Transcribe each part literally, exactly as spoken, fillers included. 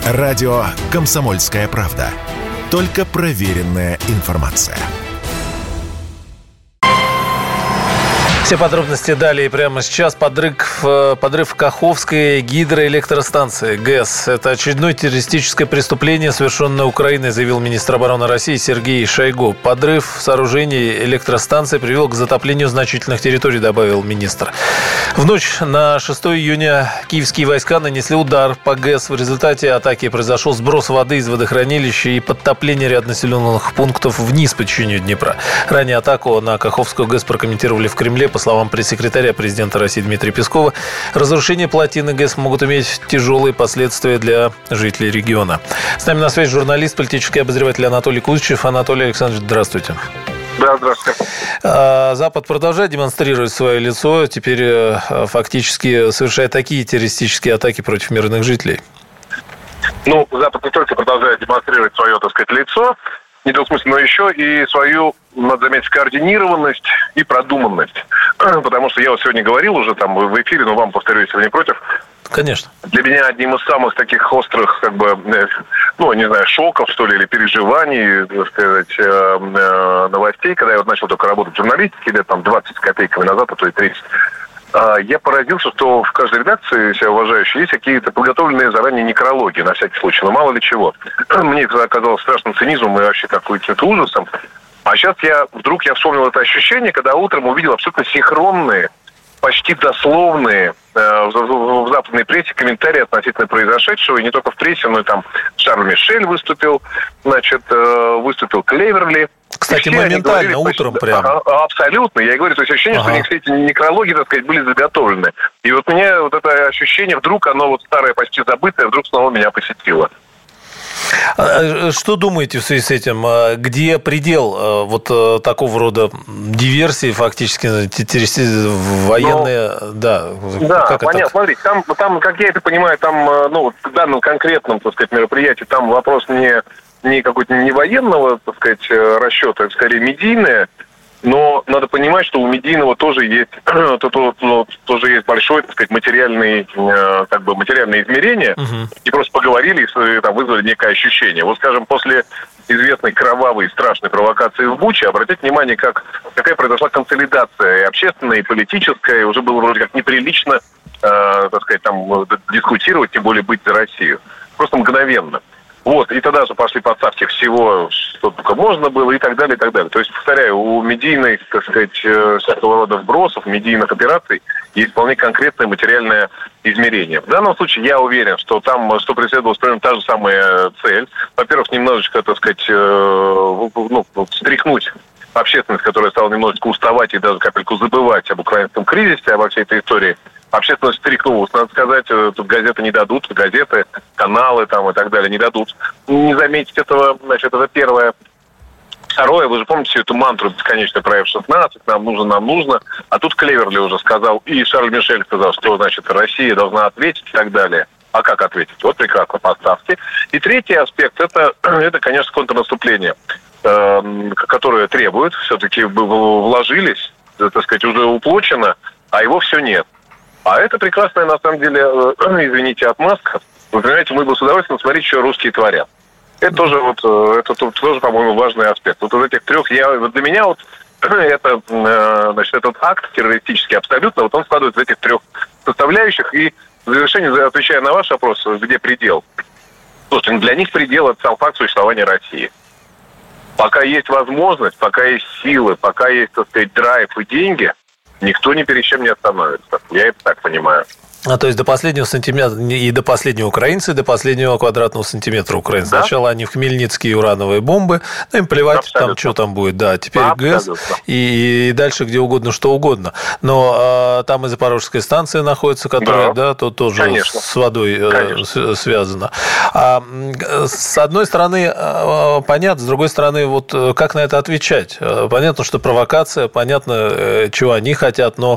Радио «Комсомольская правда». Только проверенная информация. Все подробности далее прямо сейчас. Подрыв, подрыв Каховской гидроэлектростанции ГЭС. Это очередное террористическое преступление, совершенное Украиной, заявил министр обороны России Сергей Шойгу. Подрыв сооружений электростанции привел к затоплению значительных территорий, добавил министр. В ночь на шестое июня киевские войска нанесли удар по ГЭС. В результате атаки произошел сброс воды из водохранилища и подтопление ряда населенных пунктов вниз по течению Днепра. Ранее атаку на Каховскую ГЭС прокомментировали в Кремле. По словам пресс-секретаря президента России Дмитрия Пескова, разрушение плотины ГЭС могут иметь тяжелые последствия для жителей региона. С нами на связи журналист, политический обозреватель Анатолий Кузичев. Анатолий Александрович, здравствуйте. Да, здравствуйте. Запад продолжает демонстрировать свое лицо, теперь фактически совершает такие террористические атаки против мирных жителей. Ну, Запад не только продолжает демонстрировать свое, так сказать, лицо, недвусмысленно, но еще и свою, надо заметить, координированность и продуманность. Потому что я вот сегодня говорил уже там в эфире, но вам повторю, если вы не против. Конечно. Для меня одним из самых таких острых, как бы, ну, не знаю, шоков, что ли, или переживаний, так сказать, новостей, когда я вот начал только работать в журналистике, лет там двадцать с копейками назад, а то и тридцать, я поразился, что в каждой редакции, себя уважающей, есть какие-то подготовленные заранее некрологи, на всякий случай, но мало ли чего. Мне это оказалось страшным цинизмом и вообще каким-то ужасом. А сейчас я вдруг я вспомнил это ощущение, когда утром увидел абсолютно синхронные, почти дословные э, в, в западной прессе комментарии относительно произошедшего. И не только в прессе, но и там Шарль Мишель выступил, значит, э, выступил Клеверли. Кстати, моментально, говорили, утром почти, прямо. А, абсолютно. Я говорю, то есть ощущение, ага. что у них все эти некрологи, так сказать, были заготовлены. И вот мне вот это ощущение, вдруг оно вот старое, почти забытое, вдруг снова меня посетило. Что думаете в связи с этим? Где предел вот такого рода диверсии, фактически военные, Но, да? Да, как понятно. Это? Смотрите, там, там, как я это понимаю, там, ну, в данном конкретном, так сказать, мероприятии, там вопрос не, не какой-то не военного, так сказать, расчета, а скорее медийное. Но надо понимать, что у медийного тоже есть, тоже есть большое, так сказать, материальное, как бы материальное измерение. Uh-huh. И просто поговорили и там, вызвали некое ощущение. Вот, скажем, после известной кровавой и страшной провокации в Буче, обратите внимание, как, какая произошла консолидация и общественная, и политическая, и уже было вроде как неприлично, э, так сказать, там дискутировать, тем более быть за Россию. Просто мгновенно. Вот, и тогда же пошли подставки всего, что только можно было, и так далее, и так далее. То есть, повторяю, у медийных, так сказать, всякого рода вбросов, медийных операций есть вполне конкретное материальное измерение. В данном случае я уверен, что там, что преследовалась примерно та же самая цель. Во-первых, немножечко, так сказать, ну, встряхнуть общественность, которая стала немножечко уставать и даже капельку забывать об украинском кризисе, обо всей этой истории. Общественность стряхнулась, надо сказать, тут газеты не дадут, газеты, каналы там и так далее не дадут. Не заметить этого, значит, это первое. Второе, вы же помните всю эту мантру бесконечно про эф шестнадцать, нам нужно, нам нужно. А тут Клеверли уже сказал, и Шарль Мишель сказал, что, значит, Россия должна ответить и так далее. А как ответить? Вот прекрасно, поставьте. И третий аспект, это, это конечно, контрнаступление, э, которое требует, все-таки вложились, так сказать, уже уплочено, а его все нет. А это прекрасная, на самом деле, извините, отмазка. Вы понимаете, мы бы с удовольствием смотрели, что русские творят. Это тоже, вот, это тоже, по-моему, важный аспект. Вот из этих трех, я, вот для меня вот это, значит, этот акт террористический абсолютно, вот он складывается из этих трех составляющих. И в завершение, отвечая на ваш вопрос, где предел? Слушайте, для них предел – это сам факт существования России. Пока есть возможность, пока есть силы, пока есть, так сказать, драйв и деньги, никто ни перед чем не остановится. Я это так понимаю. А то есть до последнего сантиметра, и до последнего украинца, и до последнего квадратного сантиметра украинца. Да? Сначала они в Хмельницкие урановые бомбы, ну, им плевать, абсолютно. Там что там будет. Да, теперь абсолютно. ГЭС, и, и дальше где угодно, что угодно. Но а, там и Запорожская станция находится, которая, да, да то тоже Конечно. С водой Конечно. Связана. А, с одной стороны, понятно, с другой стороны, вот как на это отвечать? Понятно, что провокация, понятно, чего они хотят, но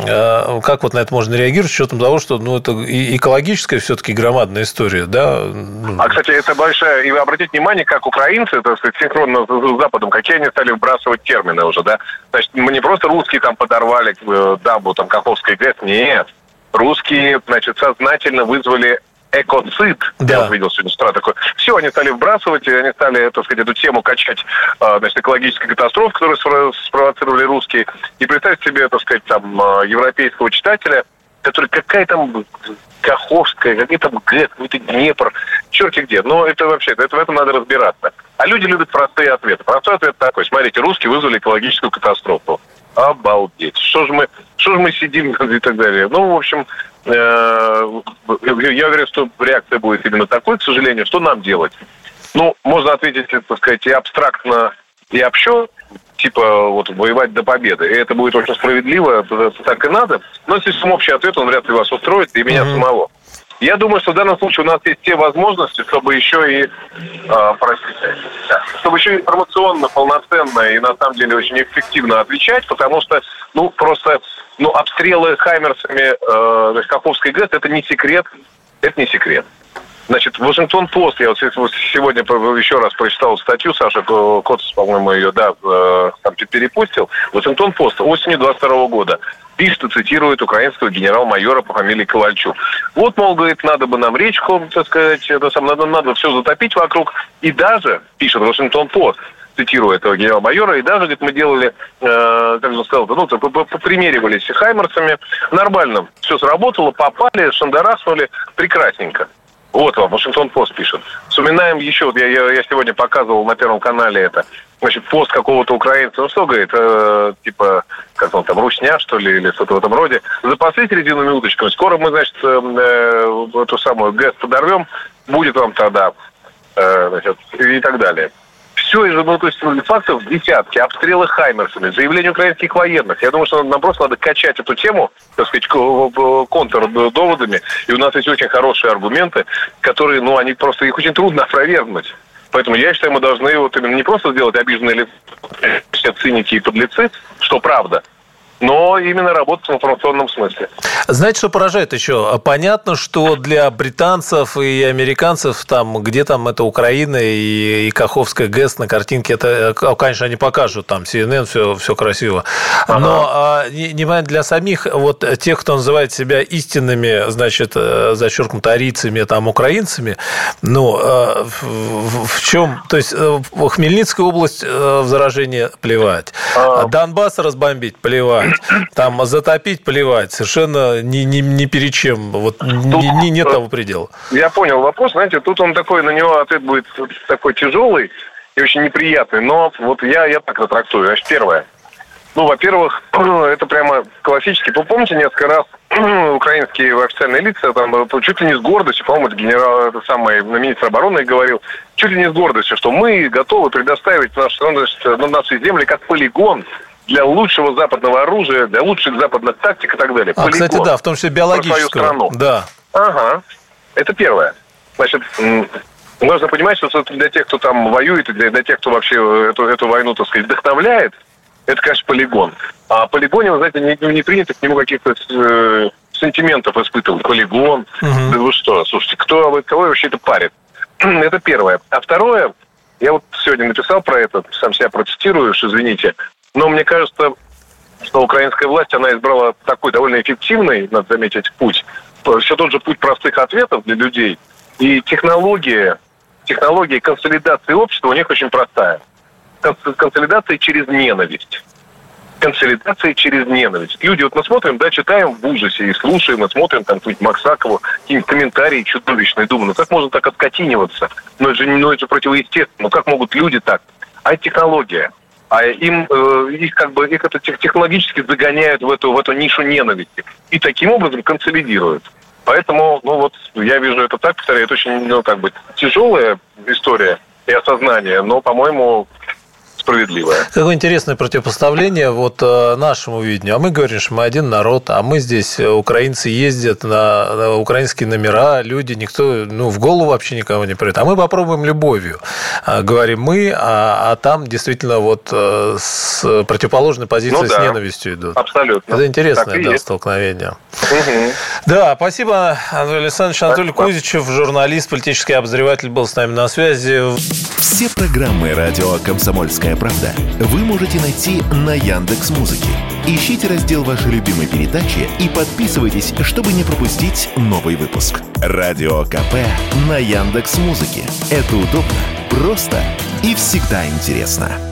как вот на это можно реагировать, с учетом того, что, ну, это экологическая все-таки громадная история, да? А, кстати, это большая... И вы обратите внимание, как украинцы, так сказать, синхронно с Западом, какие они стали вбрасывать термины уже, да? Значит, мы не просто русские там подорвали дамбу, там, Каховской ГЭС, нет. Русские, значит, сознательно вызвали экоцид. Да. Я увидел сегодня с утра такое. Все, они стали вбрасывать, и они стали, так сказать, эту тему качать, значит, экологической катастрофы, которую спровоцировали русские. И представьте себе, так сказать, там, европейского читателя, который какая там Каховская, какие там ГЭС, какой-то Днепр, черти где. Но это вообще, это, в этом надо разбираться. А люди любят простые ответы. Простой ответ такой. Смотрите, русские вызвали экологическую катастрофу. Обалдеть. Что же мы, что же мы сидим и так далее. Ну, в общем, э, я уверен, что реакция будет именно такой, к сожалению. Что нам делать? Ну, можно ответить, так сказать, и абстрактно, и общо, типа вот воевать до победы. И это будет очень справедливо, так и надо. Но слишком общий ответ, он вряд ли вас устроит, и меня mm-hmm. самого. Я думаю, что в данном случае у нас есть те возможности, чтобы еще и, э, простите, чтобы еще информационно, полноценно и на самом деле очень эффективно отвечать, потому что, ну, просто, ну, обстрелы хаймерсами э, Каховской ГЭС, это не секрет, это не секрет. Значит, Вашингтон-Пост, я вот сегодня еще раз прочитал статью, Саша Коцис, по-моему, ее, да, там перепустил. Вашингтон-Пост осенью двадцать второго года пишет и цитирует украинского генерал-майора по фамилии Ковальчук. Вот, мол, говорит, надо бы нам речку, так сказать, это сам, надо, надо все затопить вокруг. И даже, пишет Вашингтон-Пост, цитирую этого генерал-майора, и даже, говорит, мы делали, э, как же сказал, ну, попримеривались хаймерсами, нормально, все сработало, попали, шандарахнули, прекрасненько. Вот вам, Вашингтон-Пост пишет. Вспоминаем еще, вот я, я, я сегодня показывал на Первом канале это, значит, пост какого-то украинца, ну что, говорит, э, типа, как он там, русня, что ли, или что-то в этом роде. Запаслись резиновыми удочками, скоро мы, значит, э, э, эту самую ГЭС подорвем, будет вам тогда, э, значит, и так далее. Все из-за, ну, то есть, фактов десятки, обстрелы хаймерсами, заявления украинских военных. Я думаю, что нам просто надо качать эту тему, так сказать, контрдоводами. И у нас есть очень хорошие аргументы, которые, ну, они просто, их очень трудно опровергнуть. Поэтому я считаю, мы должны вот именно не просто сделать обиженные лица, все циники и подлецы, что правда, но именно работать в информационном смысле. Знаете, что поражает еще? Понятно, что для британцев и американцев, там, где там это Украина и, и Каховская ГЭС на картинке, это, конечно, они покажут, там, си эн эн, все, все красиво. Ага. Но а, не, не для самих, вот тех, кто называет себя истинными, значит, зачеркнуто арийцами, там, украинцами, ну, в, в чем? То есть, в Хмельницкой область в заражение плевать, ага. Донбасс разбомбить плевать. Там затопить, плевать. Совершенно ни, ни, ни перед чем. Вот тут, ни, ни, нет того предела. Я понял вопрос. Знаете, тут он такой, на него ответ будет такой тяжелый и очень неприятный. Но вот я, я так это трактую. Значит, первое. Ну, во-первых, это прямо классический. Вы помните, несколько раз украинские официальные лица там чуть ли не с гордостью, по-моему, это генерал, это самый министр обороны говорил, чуть ли не с гордостью, что мы готовы предоставить наши, наши земли как полигон для лучшего западного оружия, для лучших западных тактик и так далее. А, полигон, кстати, да, в том числе биологического. Про свою страну. Да. Ага. Это первое. Значит, нужно понимать, что для тех, кто там воюет, и для, для тех, кто вообще эту, эту войну, так сказать, вдохновляет, это, конечно, полигон. А полигоне, вы знаете, не, не принято к нему каких-то э, сантиментов испытывать. Полигон. Угу. Да вы что, слушайте, кто, кого вообще это парит? Это первое. А второе, я вот сегодня написал про это, сам себя процитирую, уж извините, но мне кажется, что украинская власть, она избрала такой довольно эффективный, надо заметить, путь. Все тот же путь простых ответов для людей. И технология, технология консолидации общества у них очень простая. Консолидация через ненависть. Консолидация через ненависть. Люди, вот мы смотрим, да, читаем в ужасе и слушаем, и смотрим там какую-нибудь Максакову, какие-нибудь комментарии чудовищные, думаю, ну как можно так откатиниваться? Ну это же, ну, это противоестественно. Ну как могут люди так? А это технология. А им, э, их как бы, их это технологически загоняют в эту, в эту нишу ненависти. И таким образом консолидируют. Поэтому, ну вот, я вижу это так, повторяю, это очень, ну, как бы, тяжелая история и осознание, но, по-моему, справедливое. Какое интересное противопоставление вот нашему видению. А мы говорим, что мы один народ, а мы здесь, украинцы ездят на, на украинские номера, люди, никто, ну, в голову вообще никого не придет. А мы попробуем любовью. Говорим мы, а, а там действительно вот с противоположной позиции, ну, да, с ненавистью идут. Абсолютно. Это интересное, да, столкновение. Угу. Да, спасибо, Анатолий Александрович. Анатолий спасибо. Кузичев, журналист, политический обозреватель, был с нами на связи. Все программы радио «Комсомольская правда» вы можете найти на Яндекс.Музыке. Ищите раздел вашей любимой передачи и подписывайтесь, чтобы не пропустить новый выпуск. Радио КП на Яндекс.Музыке. Это удобно, просто и всегда интересно.